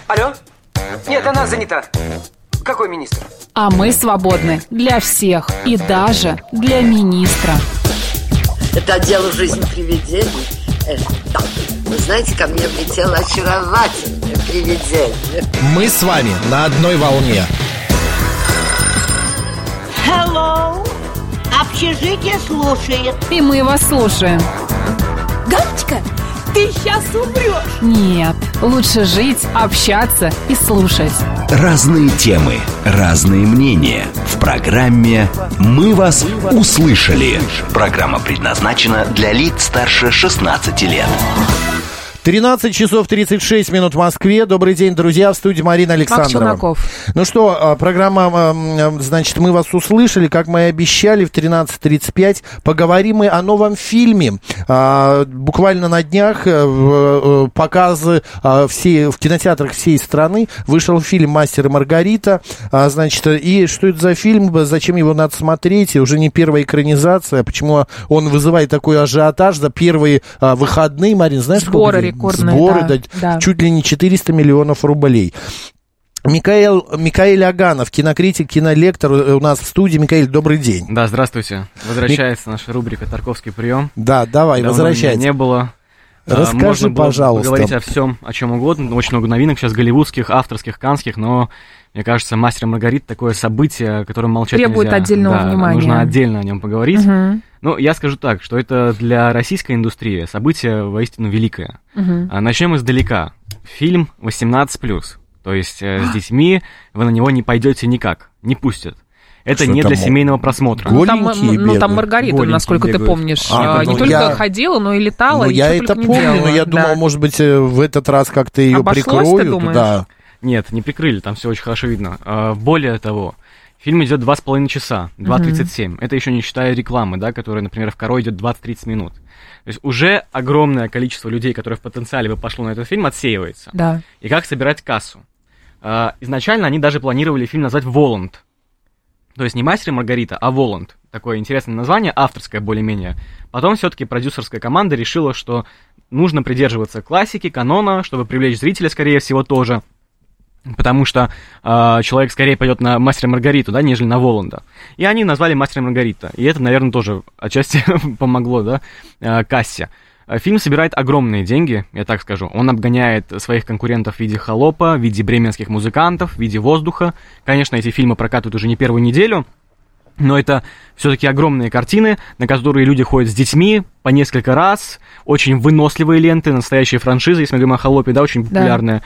Алло? Нет, она занята. Какой министр? А мы свободны для всех и даже для министра. Это отдел «Жизнь привидений». Да. Вы знаете, ко мне влетело очаровательное привидение. Мы с вами на одной волне. Hello. Общежитие слушает. И мы вас слушаем. Галочка, ты сейчас умрешь. Нет, лучше жить, общаться и слушать. Разные темы, разные мнения. В программе «Мы вас услышали». Программа предназначена для лиц старше 16 лет. 13 часов 36 минут в Москве. Добрый день, друзья, в студии Марина Александрова. Ну что, программа, значит, «Мы вас услышали», как мы и обещали, в 13:35 поговорим мы о новом фильме. Буквально на днях показы в кинотеатрах всей страны. Вышел фильм «Мастер и Маргарита». Значит, и что это за фильм, зачем его надо смотреть? Уже не первая экранизация. Почему он вызывает такой ажиотаж за первые выходные? Марин, знаешь, сборы рекордные, да. Чуть ли не 400 миллионов рублей. Микаэль Аганов, кинокритик, кинолектор у нас в студии. Микаэль, добрый день. Да, здравствуйте. Возвращается наша рубрика «Тарковский прием». Да, давай, возвращайся. Не было. Расскажи, пожалуйста. Можно говорить о всем, о чем угодно. Очень много новинок сейчас голливудских, авторских, канских, но, мне кажется, «Мастер и Маргарита» такое событие, о котором молчать требует нельзя. отдельного внимания. Нужно отдельно о нем поговорить. Угу. Ну, я скажу так, что это для российской индустрии событие воистину великое. Начнем издалека. Фильм 18+. То есть с детьми вы на него не пойдете никак, не пустят. Это что не для семейного просмотра. Там Маргарита, насколько ты помнишь, не только ходила, но и летала. Я это помню, но я думал, может быть, в этот раз как-то ее прикроют. Да. Нет, не прикрыли, там все очень хорошо видно. Более того, фильм идет 2,5 часа, 2:37. Это еще не считая рекламы, да, которая, например, в «Каро» идет 20-30 минут. То есть уже огромное количество людей, которые в потенциале бы пошло на этот фильм, отсеивается. Да. И как собирать кассу? Изначально они даже планировали фильм назвать «Воланд». То есть не «Мастер и Маргарита», а «Воланд». Такое интересное название, авторское более-менее. Потом все-таки продюсерская команда решила, что нужно придерживаться классики, канона, чтобы привлечь зрителя, скорее всего, тоже. Потому что человек скорее пойдет на «Мастера и Маргариту», да, нежели на «Воланда». И они назвали «Мастер и Маргарита». И это, наверное, тоже отчасти помогло, да, кассе. Фильм собирает огромные деньги, я так скажу. Он обгоняет своих конкурентов в виде «Холопа», в виде бременских музыкантов, в виде «Воздуха». Конечно, эти фильмы прокатывают уже не первую неделю, но это все-таки огромные картины, на которые люди ходят с детьми по несколько раз, очень выносливые ленты, настоящие франшизы, если мы говорим о «Холопе», да, очень популярная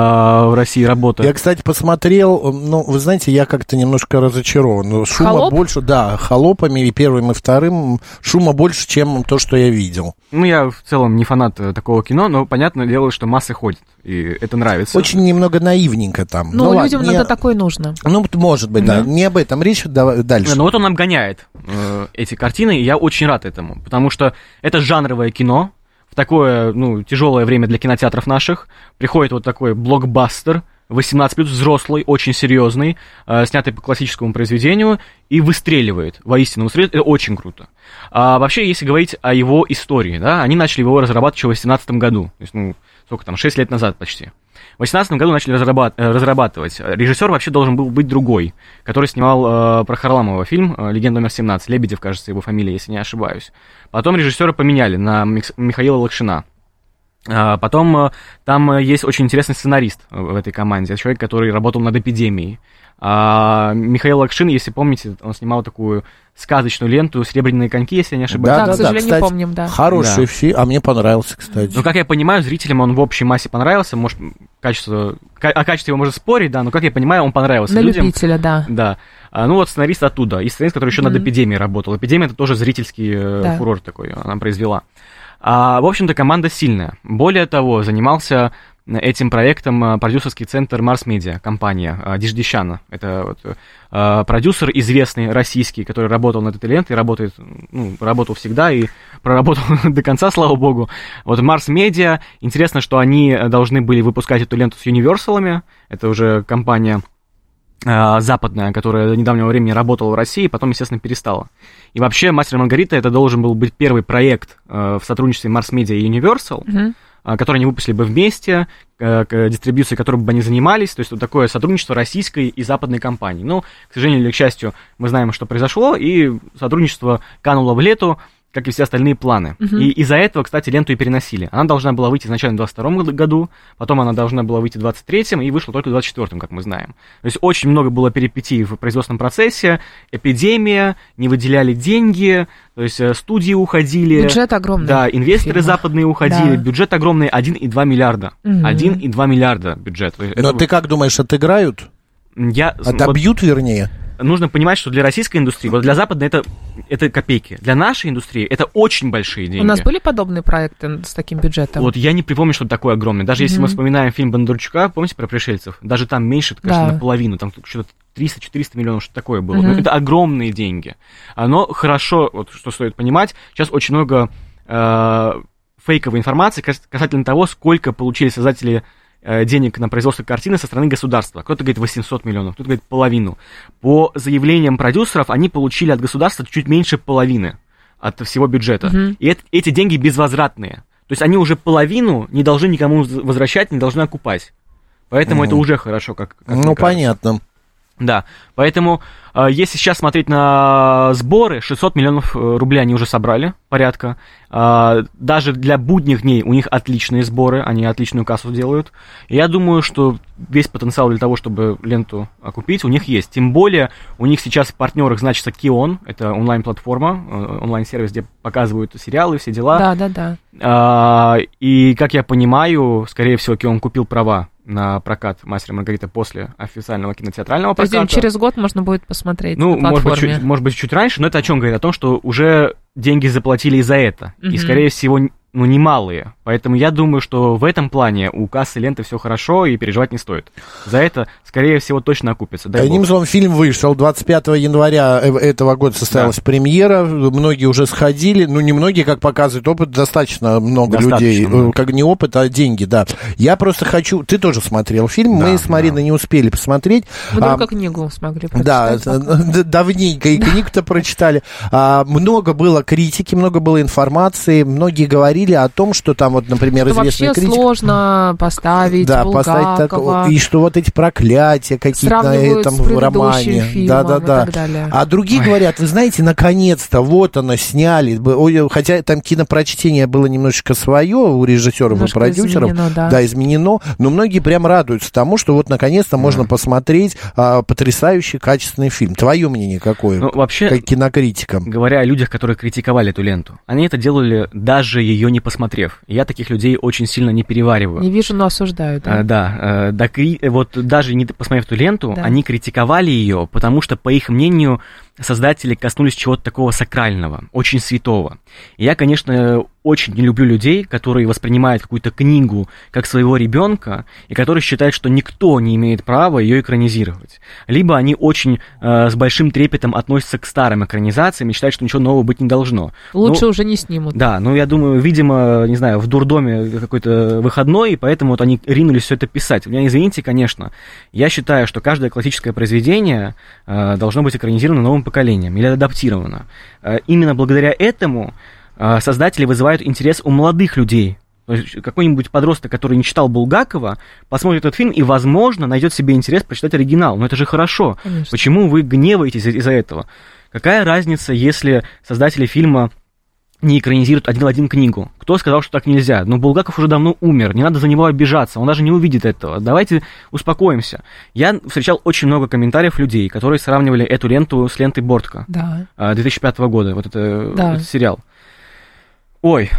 в России работа. Я, кстати, посмотрел, ну, вы знаете, я как-то немножко разочарован. Шума «Холоп»? Больше, да, «Холопами» и первым, и вторым шума больше, чем то, что я видел. Ну, я в целом не фанат такого кино, но понятное дело, что массы ходят, и это нравится. Очень немного наивненько там. Ну людям иногда такое нужно. Ну, может быть, да. Не об этом речь, дальше. Но вот он обгоняет эти картины, и я очень рад этому, потому что это жанровое кино. В такое, ну, тяжелое время для кинотеатров наших приходит вот такой блокбастер, 18+, взрослый, очень серьезный, снятый по классическому произведению, и выстреливает, воистину выстреливает, это очень круто. А вообще, если говорить о его истории, да, они начали его разрабатывать еще в 2018 году, то есть, ну, сколько там, 6 лет назад почти. В 2018 году начали разрабатывать. Режиссер вообще должен был быть другой, который снимал про Харламова фильм «Легенда номер 17», Лебедев, кажется, его фамилия, если не ошибаюсь. Потом режиссера поменяли на Михаила Лакшина. Потом там есть очень интересный сценарист в этой команде, человек, который работал над «Эпидемией». Михаил Лакшин, если помните, он снимал такую сказочную ленту «Серебряные коньки», если я не ошибаюсь. Да, к сожалению, кстати, не помним, да. Хороший фильм, а мне понравился, кстати. Ну, как я понимаю, зрителям он в общей массе понравился, может, о качестве его можно спорить, да, но, как я понимаю, он понравился на людям. Любителя, да. Да. Ну, вот сценарист оттуда, и сценарист, который еще над «Эпидемией» работал. «Эпидемия» — это тоже зрительский фурор такой, она произвела. В общем-то, команда сильная. Более того, занимался этим проектом продюсерский центр Марс Медиа, компания Дишдищана. Это вот, продюсер известный российский, который работал над этой лентой, работал всегда и проработал до конца, слава богу. Вот Марс Медиа, интересно, что они должны были выпускать эту ленту с Юниверсалами, это уже компания западная, которая до недавнего времени работала в России, потом, естественно, перестала. И вообще «Мастер и Маргарита» это должен был быть первый проект в сотрудничестве Марс Медиа и Universal. которые они выпустили бы вместе, дистрибьюцией которой бы они занимались, то есть вот такое сотрудничество российской и западной компании. Но, к сожалению или к счастью, мы знаем, что произошло, и сотрудничество кануло в лету, как и все остальные планы. И из-за этого, кстати, ленту и переносили. Она должна была выйти изначально в 2022 году, потом она должна была выйти в 2023 и вышла только в 2024, как мы знаем. То есть очень много было перипетий в производственном процессе, эпидемия, не выделяли деньги, то есть студии уходили. Бюджет огромный. Да, инвесторы западные уходили, бюджет огромный, 1,2 миллиарда. 1,2 миллиарда бюджет. Но ты как думаешь, отыграют? Отобьют, вернее? Нужно понимать, что для российской индустрии, вот для западной это копейки. Для нашей индустрии это очень большие деньги. У нас были подобные проекты с таким бюджетом? Вот я не припомню, что такое огромное. Даже если мы вспоминаем фильм Бондарчука, помните, про пришельцев? Даже там меньше, конечно, наполовину, там что-то 300-400 миллионов, что такое было. Но это огромные деньги. Но хорошо, вот что стоит понимать, сейчас очень много фейковой информации касательно того, сколько получили создатели денег на производство картины со стороны государства. Кто-то говорит 800 миллионов, кто-то говорит половину. По заявлениям продюсеров, они получили от государства чуть меньше половины от всего бюджета. И эти деньги безвозвратные. То есть они уже половину не должны никому возвращать, не должны окупать. Поэтому это уже хорошо, как ну, понятно. Да, поэтому если сейчас смотреть на сборы, 600 миллионов рублей они уже собрали, порядка. Даже для будних дней у них отличные сборы, они отличную кассу делают. И я думаю, что весь потенциал для того, чтобы ленту окупить, у них есть. Тем более, у них сейчас в партнерах значится Кион, это онлайн-платформа, онлайн-сервис, где показывают сериалы, все дела. Да. И, как я понимаю, скорее всего, Кион купил права на прокат «Мастера и Маргарита» после официального кинотеатрального проката. То есть через год можно будет посмотреть на платформе. Может быть, чуть раньше, но это о чем говорит? О том, что уже деньги заплатили и за это. И, скорее всего, немалые. Поэтому я думаю, что в этом плане у кассы ленты все хорошо и переживать не стоит. За это, скорее всего, точно окупится. Одним словом, фильм вышел. 25 января этого года состоялась премьера. Многие уже сходили. Ну, не многие, как показывает опыт, достаточно много людей. Много. Как не опыт, а деньги, да. Я просто хочу... Ты тоже смотрел фильм. Мы с Мариной не успели посмотреть. Мы только книгу смогли прочитать. Да, давненько и книгу-то прочитали. Много было критики, много было информации. Многие говорили о том, что там вот, например, известный критик... вообще сложно поставить Булгакова. И что вот эти проклятия какие-то на этом в романе. Да. А другие говорят, вы знаете, наконец-то, вот оно, сняли. Хотя там кинопрочтение было немножечко свое у режиссеров и продюсеров. Изменено. Но многие прям радуются тому, что вот наконец-то можно посмотреть потрясающий, качественный фильм. Твое мнение какое? Ну, вообще, как кинокритикам. Говоря о людях, которые критиковали эту ленту, они это делали, даже ее не посмотрев. Я таких людей очень сильно не перевариваю. Не вижу, но осуждаю, да? Вот даже не посмотрев эту ленту, они критиковали ее, потому что, по их мнению, создатели коснулись чего-то такого сакрального, очень святого. И я, конечно, очень не люблю людей, которые воспринимают какую-то книгу как своего ребенка, и которые считают, что никто не имеет права ее экранизировать. Либо они очень с большим трепетом относятся к старым экранизациям и считают, что ничего нового быть не должно. Лучше уже не снимут. Да, я думаю, видимо, не знаю, в дурдоме какой-то выходной, и поэтому вот они ринулись все это писать. Меня извините, конечно, я считаю, что каждое классическое произведение должно быть экранизировано новым поколением или адаптировано. Именно благодаря этому создатели вызывают интерес у молодых людей. То есть какой-нибудь подросток, который не читал Булгакова, посмотрит этот фильм и, возможно, найдет себе интерес прочитать оригинал. Но это же хорошо. Конечно. Почему вы гневаетесь из-за этого? Какая разница, если создатели фильма не экранизируют один в один книгу? Кто сказал, что так нельзя? Булгаков уже давно умер, не надо за него обижаться, он даже не увидит этого. Давайте успокоимся. Я встречал очень много комментариев людей, которые сравнивали эту ленту с лентой Бортко 2005 года, вот этот сериал. Ой,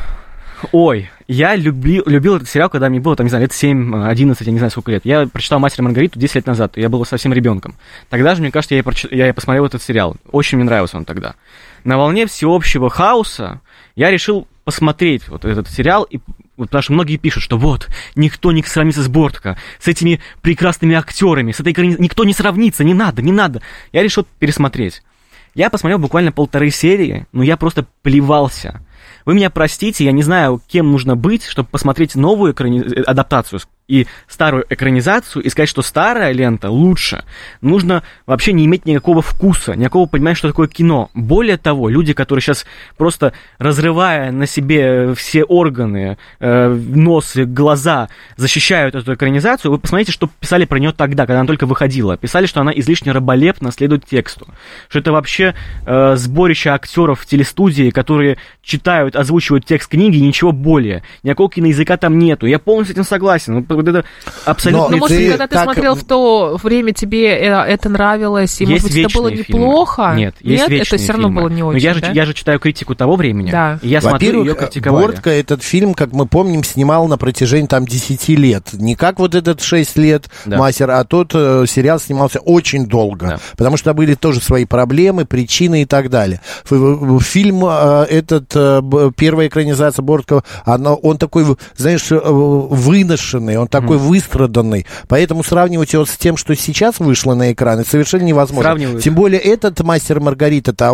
я любил этот сериал, когда мне было, там, не знаю, лет 7-11, я не знаю, сколько лет. Я прочитал «Мастера и Маргариту» 10 лет назад, я был совсем ребенком. Тогда же, мне кажется, я посмотрел этот сериал. Очень мне нравился он тогда. На волне всеобщего хаоса я решил посмотреть вот этот сериал, потому что многие пишут, что вот, никто не сравнится с Бортко, с этими прекрасными актерами, с этой никто не сравнится, не надо. Я решил пересмотреть. Я посмотрел буквально 1,5 серии, но я просто плевался. Вы меня простите, я не знаю, кем нужно быть, чтобы посмотреть новую адаптацию, и старую экранизацию и сказать, что старая лента лучше, нужно вообще не иметь никакого вкуса, никакого понимания, что такое кино. Более того, люди, которые сейчас просто разрывая на себе все органы, нос, глаза, защищают эту экранизацию, вы посмотрите, что писали про нее тогда, когда она только выходила. Писали, что она излишне раболепно следует тексту, что это вообще сборище актеров в телестудии, которые читают, озвучивают текст книги, и ничего более. Никакого киноязыка там нету. Я полностью с этим согласен. Вот это абсолютно... Но, может быть, когда ты смотрел в то время, тебе это нравилось, и, может быть, это было неплохо? Нет, есть вечные это все равно фильмы. было не очень, Но я же читаю критику того времени, да. И я смотрю, ее критиковали. Бортко этот фильм, как мы помним, снимал на протяжении там 10 лет. Не как вот этот 6 лет «Мастер», а тот сериал снимался очень долго, потому что были тоже свои проблемы, причины и так далее. Фильм этот, первая экранизация Бортко, он такой, знаешь, выношенный, он такой выстраданный. Поэтому сравнивать его с тем, что сейчас вышло на экраны, совершенно невозможно. Тем более этот «Мастер и Маргарита»,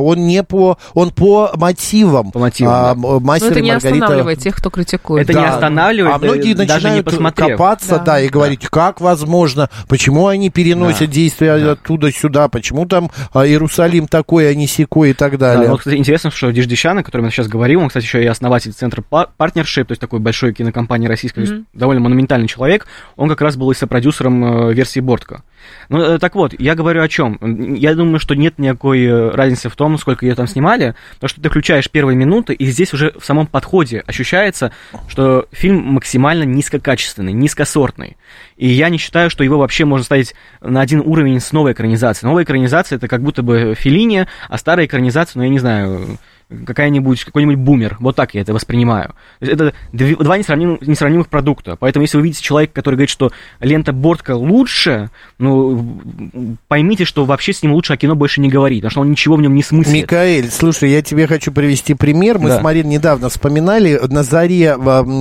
он по мотивам. По мотивам, «Мастер и Маргарита». Это не останавливает тех, кто критикует. Это не останавливает, а многие начинают копаться, и говорить, как возможно, почему они переносят действия оттуда сюда, почему там Иерусалим такой, а не сякой и так далее. Вот, кстати, интересно, что Диждищан, о котором я сейчас говорил, он, кстати, еще и основатель Центра Partnership, то есть такой большой кинокомпании российской, то есть довольно монументальный человек, он как раз был и сопродюсером версии Бортко. Ну, так вот, я говорю о чем. Я думаю, что нет никакой разницы в том, сколько ее там снимали, потому что ты включаешь первые минуты, и здесь уже в самом подходе ощущается, что фильм максимально низкокачественный, низкосортный. И я не считаю, что его вообще можно ставить на один уровень с новой экранизацией. Новая экранизация — это как будто бы Феллини, а старая экранизация, я не знаю, какой-нибудь бумер. Вот так я это воспринимаю. То есть это два несравнимых продукта. Поэтому если вы видите человека, который говорит, что лента Бортко лучше, поймите, что вообще с ним лучше о кино больше не говорить, потому что он ничего в нем не смыслит. Микаэль, слушай, я тебе хочу привести пример. Мы с Мариной недавно вспоминали, на заре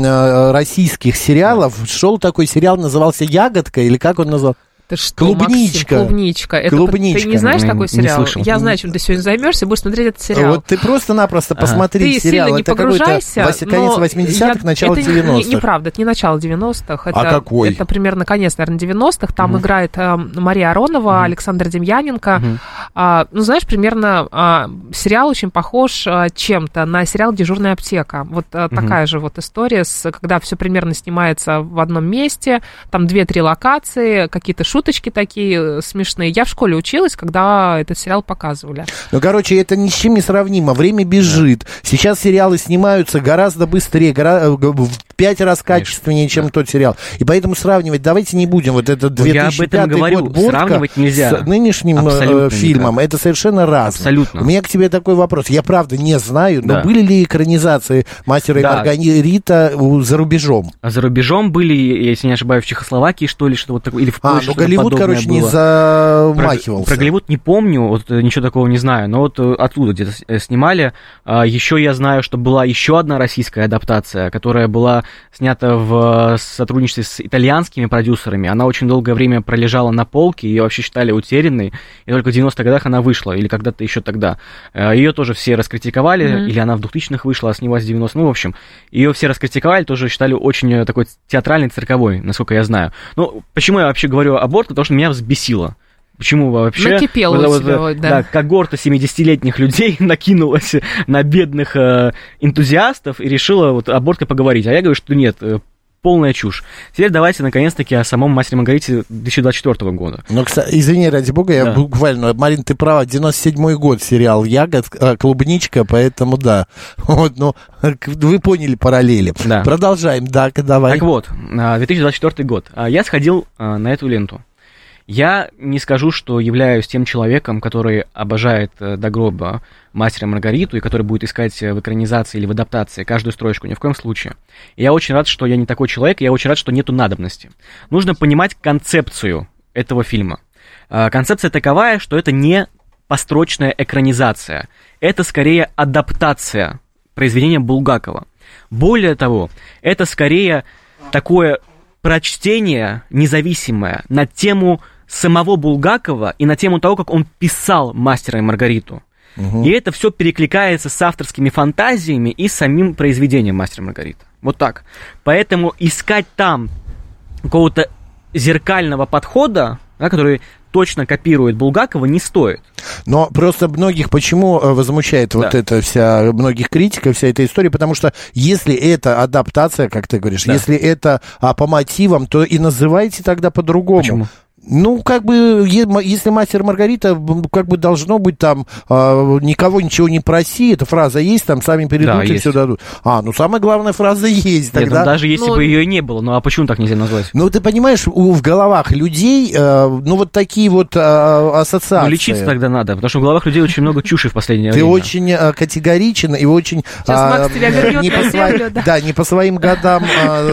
российских сериалов шел такой сериал, назывался «Ягодка», или как он назвал? Это что, «Клубничка». Максим, «Клубничка». Ты не знаешь такой сериал? Я знаю, чем ты сегодня займешься, будешь смотреть этот сериал. Вот ты просто-напросто посмотри сериал. Ты сильно не погружайся. Конец 80-х, начало 90-х. Это неправда, это не начало 90-х. А какой? Это примерно конец, наверное, 90-х. Там играет Мария Аронова, Александр Демьяненко. Знаешь, примерно сериал очень похож чем-то на сериал «Дежурная аптека». Вот такая же вот история, когда все примерно снимается в одном месте, там 2-3 локации, какие-то шуточки такие смешные. Я в школе училась, когда этот сериал показывали. Это ни с чем не сравнимо. Время бежит. Сейчас сериалы снимаются гораздо быстрее, в 5 раз качественнее, чем тот сериал. И поэтому сравнивать, давайте не будем. Вот этот 2005 год Бортко сравнивать нельзя. С нынешним фильмом. Это совершенно разное. Абсолютно. У меня к тебе такой вопрос. Я, правда, не знаю, но были ли экранизации «Мастера и Маргарита» за рубежом? За рубежом были, если не ошибаюсь, в Чехословакии, что ли, что-то вот такое, или в Польше. Голливуд, короче, не замахивался. Про Голливуд не помню, вот ничего такого не знаю, но вот оттуда где-то снимали. Еще я знаю, что была еще одна российская адаптация, которая была снята в сотрудничестве с итальянскими продюсерами. Она очень долгое время пролежала на полке, ее вообще считали утерянной, и только в 90-х годах она вышла, или когда-то еще тогда. Ее тоже все раскритиковали, или она в 2000-х вышла, а снялась в 90-х, в общем. Ее все раскритиковали, тоже считали очень такой театральной, цирковой, насколько я знаю. Ну, почему я вообще говорю о Бортко? Потому что меня взбесило. Почему вообще? Накипело у тебя, да, когорта 70-летних людей накинулась на бедных энтузиастов и решила вот о Бортко поговорить. А я говорю, что нет, полная чушь. Теперь давайте, наконец-таки, о самом «Мастере и Маргарите» 2024 года. Ну, кстати, извини, ради бога, я буквально... Марин, ты права, 97-й год сериал «Клубничка», поэтому да. Вот, ну, вы поняли параллели. Да. Продолжаем, давай. Так вот, 2024 год. Я сходил на эту ленту. Я не скажу, что являюсь тем человеком, который обожает до гроба «Мастера и Маргариту» и который будет искать в экранизации или в адаптации каждую строчку, ни в коем случае. И я очень рад, что я не такой человек, и я очень рад, что нету надобности. Нужно понимать концепцию этого фильма. Концепция таковая, что это не построчная экранизация, это скорее адаптация произведения Булгакова. Более того, это скорее такое прочтение независимое на тему самого Булгакова и на тему того, как он писал «Мастера и Маргариту». И это все перекликается с авторскими фантазиями и самим произведением «Мастера и Маргарита». Вот так. Поэтому искать там какого-то зеркального подхода, да, который точно копирует Булгакова, не стоит. Но просто многих почему возмущает вот эта вся, многих критиков, вся эта история, потому что если это адаптация, как ты говоришь, если это по мотивам, то и называйте тогда по-другому. Почему? Ну, как бы, если «Мастер и Маргарита», как бы должно быть там «никого ничего не проси», эта фраза есть, там сами перейдут и все дадут. Ну, самая главная фраза есть тогда. Нет, даже если бы ее и не было, ну, а почему так нельзя назвать? Ну, ты понимаешь, в головах людей, ну, вот такие вот ассоциации. Ну, лечиться тогда надо, потому что в головах людей очень много чуши в последнее время. Ты очень категоричен и очень... Сейчас Макс тебя вернет на землю, да. Да, не по своим годам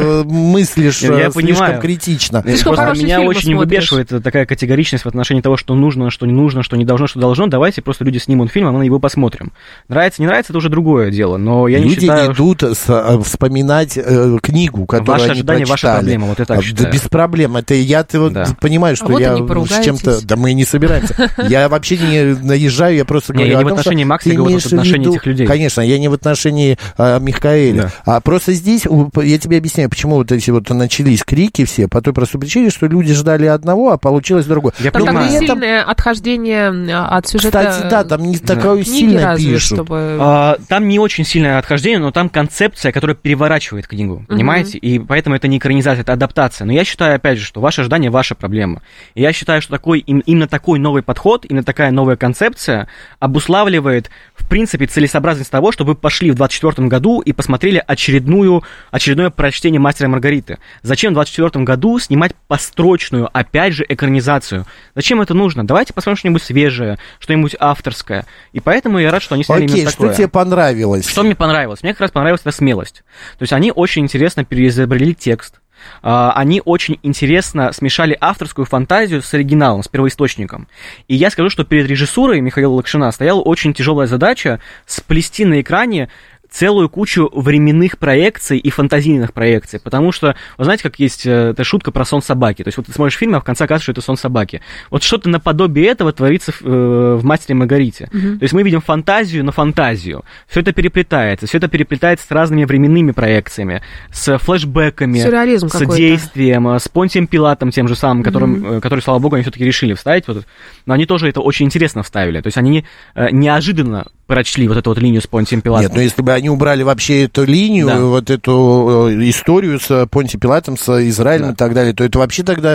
мыслишь слишком критично. Меня очень выбешивает такая категоричность в отношении того, что нужно, что не нужно, что не должно, что должно. Давайте просто люди снимут фильм, а мы его посмотрим. Нравится, не нравится, это уже другое дело. Но я не считаю... Люди идут вспоминать книгу, которую они прочитали. Ваша проблема, вот это считаю. Да без проблем. Это я-то вот понимаю, что я с чем-то... Да мы и не собираемся. Я вообще не наезжаю, я просто говорю... Я не в отношении Макса, я говорю в отношении этих людей. Конечно, я не в отношении Михаэля. А просто здесь, я тебе объясняю, почему вот эти вот начались крики все, по той простой причине, что люди ждали одного, а получилось другое. Там такое сильное отхождение от сюжета. Кстати, да, там не такое сильное пишут. Там не очень сильное отхождение, но там концепция, которая переворачивает книгу, понимаете? И поэтому это не экранизация, это адаптация. Но я считаю, опять же, что ваше ожидание — ваша проблема. И я считаю, что именно такой новый подход, именно такая новая концепция обуславливает, в принципе, целесообразность того, чтобы вы пошли в 2024 году и посмотрели очередное прочтение «Мастера и Маргариты». Зачем в 2024 году снимать построчную, опять же, экранизацию? Зачем это нужно? Давайте посмотрим что-нибудь свежее, что-нибудь авторское. И поэтому я рад, что они сняли именно такое. Что тебе понравилось? Что мне понравилось? Мне как раз понравилась эта смелость. То есть они очень интересно переизобрели текст. Они очень интересно смешали авторскую фантазию с оригиналом, с первоисточником. И я скажу, что перед режиссурой Михаила Лакшина стояла очень тяжелая задача сплести на экране целую кучу временных проекций и фантазийных проекций, потому что, вы знаете, как есть эта шутка про сон собаки, то есть вот ты смотришь фильм, а в конце оказывается, что это сон собаки. Вот что-то наподобие этого творится в «Мастере и Маргарите». То есть мы видим фантазию на фантазию, все это переплетается с разными временными проекциями, с флешбэками, с действием, с Понтием Пилатом тем же самым, который, слава богу, они все-таки решили вставить, но они тоже это очень интересно вставили, то есть они неожиданно прочли вот эту вот линию с Понтием Пилатом. Нет, но если бы они убрали вообще эту линию, вот эту историю с Понтием Пилатом, с Израилем и так далее, то это вообще тогда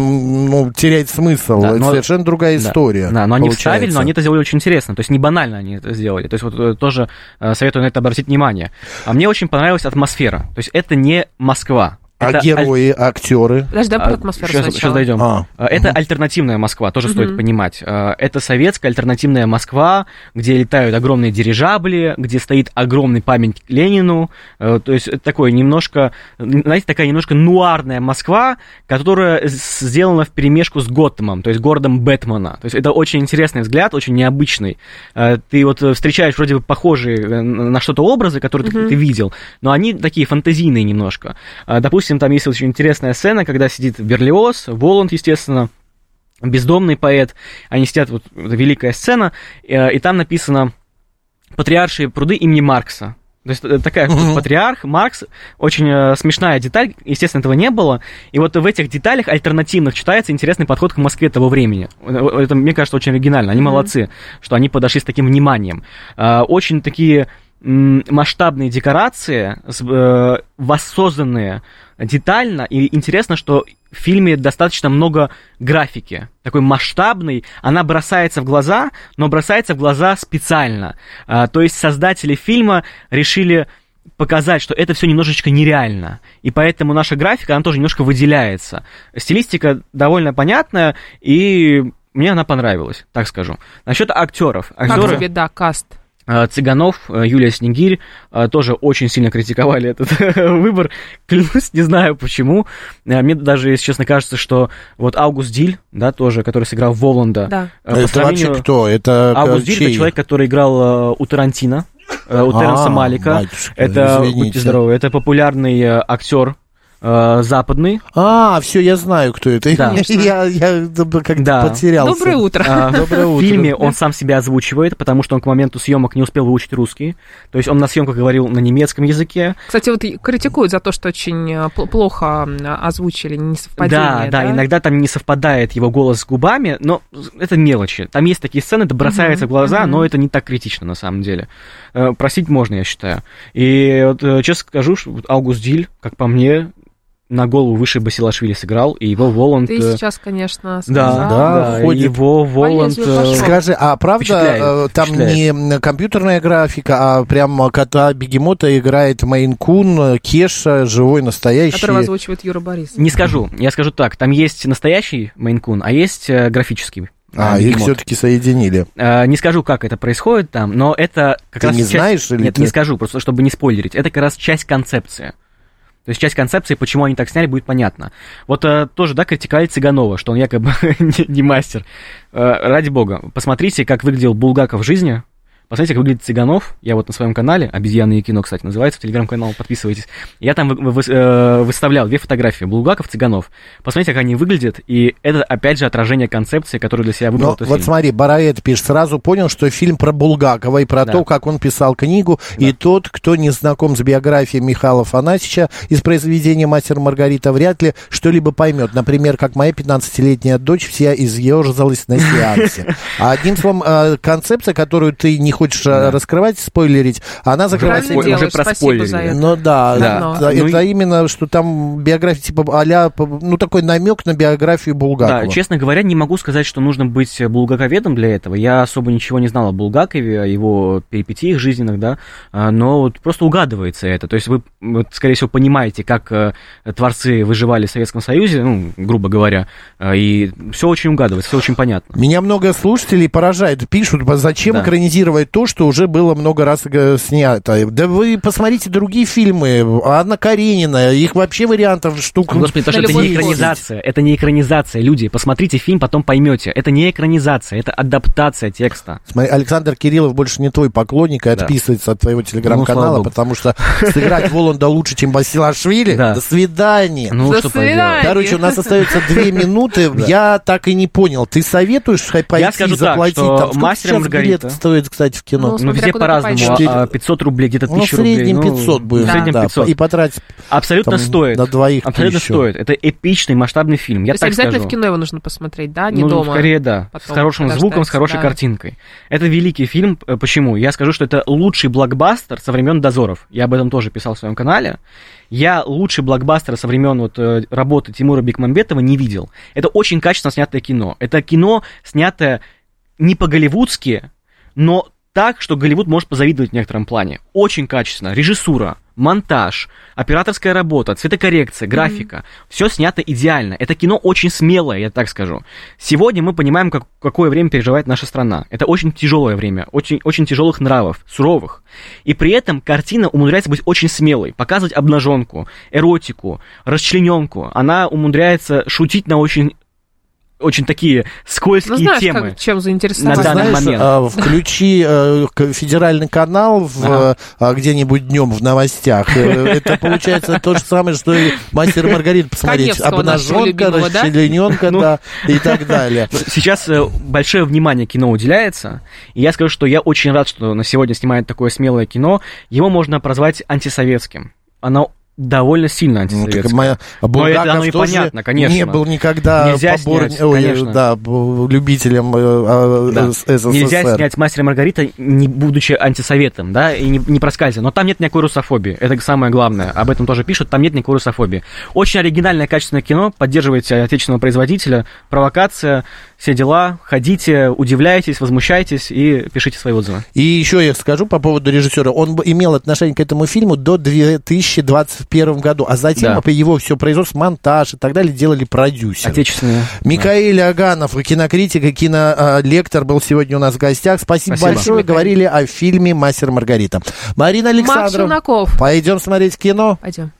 теряет смысл. Это совершенно другая история. Да, но они вставили, но они это сделали очень интересно. То есть не банально они это сделали. То есть вот тоже советую на это обратить внимание. А мне очень понравилась атмосфера. То есть это не Москва. А герои, актеры? Подожди, про атмосферу сейчас дойдем. Это альтернативная Москва, тоже стоит понимать. Это советская альтернативная Москва, где летают огромные дирижабли, где стоит огромный памятник Ленину. То есть это такое немножко, знаете, такая немножко нуарная Москва, которая сделана вперемешку с Готэмом, то есть городом Бэтмена. То есть это очень интересный взгляд, очень необычный. Ты вот встречаешь вроде бы похожие на что-то образы, которые ты видел, но они такие фантазийные немножко. Допустим, там есть очень интересная сцена, когда сидит Берлиоз, Воланд, естественно, бездомный поэт, они сидят, вот великая сцена, и там написано «Патриаршие пруды имени Маркса». То есть такая патриарх, Маркс, очень смешная деталь, естественно, этого не было. И вот в этих деталях альтернативных читается интересный подход к Москве того времени. Это, мне кажется, очень оригинально. Они молодцы, что они подошли с таким вниманием. Очень такие масштабные декорации, воссозданные детально, и интересно, что в фильме достаточно много графики, такой масштабной, она бросается в глаза, но бросается в глаза специально. То есть создатели фильма решили показать, что это все немножечко нереально, и поэтому наша графика, она тоже немножко выделяется. Стилистика довольно понятная, и мне она понравилась, так скажу. Насчет актеров. Как тебе, каст? Цыганов, Юлия Снегирь тоже очень сильно критиковали этот выбор. Клянусь, не знаю почему. Мне даже, если честно, кажется, что вот Аугуст Диль, да, тоже, который сыграл Воланда. Да. Это вообще кто? Это Аугуст Диль — это человек, который играл у Тарантино, у Терренса Малика. Батюшка, это, будьте здоровы, это популярный актер западный. Все, я знаю, кто это. Да. Я как-то потерялся. Доброе утро. В фильме он сам себя озвучивает, потому что он к моменту съемок не успел выучить русский. То есть он на съемках говорил на немецком языке. Кстати, вот критикуют за то, что очень плохо озвучили, несовпадение. Да, иногда там не совпадает его голос с губами, но это мелочи. Там есть такие сцены, это бросается в глаза, но это не так критично на самом деле. Просить можно, я считаю. И вот, честно скажу, что Аугуст Диль, как по мне, на голову выше Басилашвили сыграл, и его Воланд... Ты сейчас, конечно, сказал. Да, его Воланд... Скажи, а правда там не компьютерная графика, а прям кота-бегемота играет Мейн-кун, Кеша, живой, настоящий? Который озвучивает Юра Борисов. Не скажу, я скажу так, там есть настоящий Мейн-кун, а есть графический. Их все-таки соединили. Не скажу, как это происходит там, но это как раз... Ты не знаешь? Или Нет, не скажу, просто чтобы не спойлерить. Это как раз часть концепции. То есть часть концепции, почему они так сняли, будет понятно. Вот тоже, да, критиковали Цыганова, что он якобы не мастер. Ради бога, посмотрите, как выглядел Булгаков в жизни. Посмотрите, как выглядит Цыганов. Я вот на своем канале, «Обезьяны и кино», кстати, называется, в телеграм-канал, подписывайтесь. Я там выставлял 2 фотографии, Булгаков, Цыганов. Посмотрите, как они выглядят, и это, опять же, отражение концепции, которую для себя выбрал этот вот фильм. Смотри, Бараэт пишет, сразу понял, что фильм про Булгакова и про то, как он писал книгу, и тот, кто не знаком с биографией Михаила Афанасьевича из произведения «Мастер и Маргарита», вряд ли что-либо поймет. Например, как моя 15-летняя дочь вся изъежалась на сеансе. А одним словом, концепция, которую ты не хочешь раскрывать, спойлерить, она закрывается... Уже проспойлерили. Ну это именно, что там биография типа а-ля, ну такой намек на биографию Булгакова. Да, честно говоря, не могу сказать, что нужно быть булгаковедом для этого. Я особо ничего не знал о Булгакове, о его перипетиях жизненных, да, но вот просто угадывается это. То есть вы, скорее всего, понимаете, как творцы выживали в Советском Союзе, ну, грубо говоря, и все очень угадывается, все очень понятно. Меня много слушателей поражает, пишут, зачем экранизировать то, что уже было много раз снято. Да вы посмотрите другие фильмы, Анна Каренина, их вообще вариантов штук... Господи, то, что это не экранизация, это не экранизация, люди, посмотрите фильм, потом поймете, это не экранизация, это адаптация текста. Смотри, Александр Кириллов больше не твой поклонник и отписывается от твоего телеграм-канала, потому что сыграть Воланда лучше, чем Басилашвили. До свидания. Ну, что поделать. Короче, у нас остается 2 минуты, я так и не понял, ты советуешь пойти заплатить? Там сколько сейчас билет стоит, кстати, в кино? Ну, везде по-разному, 500 рублей, где-то 1000 рублей. Ну, в среднем 500 будет. В среднем 500. И потратить абсолютно стоит. На двоих. Абсолютно стоит. Это эпичный, масштабный фильм, я так скажу. Обязательно в кино его нужно посмотреть, да, не дома? Скорее, да. Потом, с хорошим звуком, с хорошей картинкой. Это великий фильм. Почему? Я скажу, что это лучший блокбастер со времен «Дозоров». Я об этом тоже писал в своем канале. Я лучший блокбастер со времен работы Тимура Бекмамбетова не видел. Это очень качественно снятое кино. Это кино, снятое не по-голливудски, но так, что Голливуд может позавидовать в некотором плане. Очень качественно. Режиссура, монтаж, операторская работа, цветокоррекция, графика. Все снято идеально. Это кино очень смелое, я так скажу. Сегодня мы понимаем, какое время переживает наша страна. Это очень тяжелое время, очень, очень тяжелых нравов, суровых. И при этом картина умудряется быть очень смелой. Показывать обнаженку, эротику, расчлененку. Она умудряется шутить на очень такие скользкие темы. Чем заинтересовать. На данный момент. Включи федеральный канал где-нибудь днем в новостях. Это получается то же самое, что и «Мастер и Маргарита» посмотреть. Обнаженка, расчлененка, да, и так далее. Сейчас большое внимание кино уделяется, и я скажу, что я очень рад, что на сегодня снимает такое смелое кино. Его можно прозвать антисоветским. Оно довольно сильно антисоветская. Но это оно и понятно, конечно. Не был никогда любителем СССР. Нельзя снять «Мастера и Маргарита», не будучи антисоветом, да, и не проскальзывая. Но там нет никакой русофобии. Это самое главное. Об этом тоже пишут. Там нет никакой русофобии. Очень оригинальное, качественное кино. Поддерживайте отечественного производителя. Провокация, все дела. Ходите, удивляйтесь, возмущайтесь и пишите свои отзывы. И еще я скажу по поводу режиссера. Он имел отношение к этому фильму до 2021 году, а затем по его все производство, монтаж и так далее делали продюсеры. Отечественные. Микаэль Аганов, кинокритик и кинолектор, был сегодня у нас в гостях. Спасибо большое. Говорили о фильме «Мастер и Маргарита». Марина Александровна, пойдем смотреть кино? Пойдем.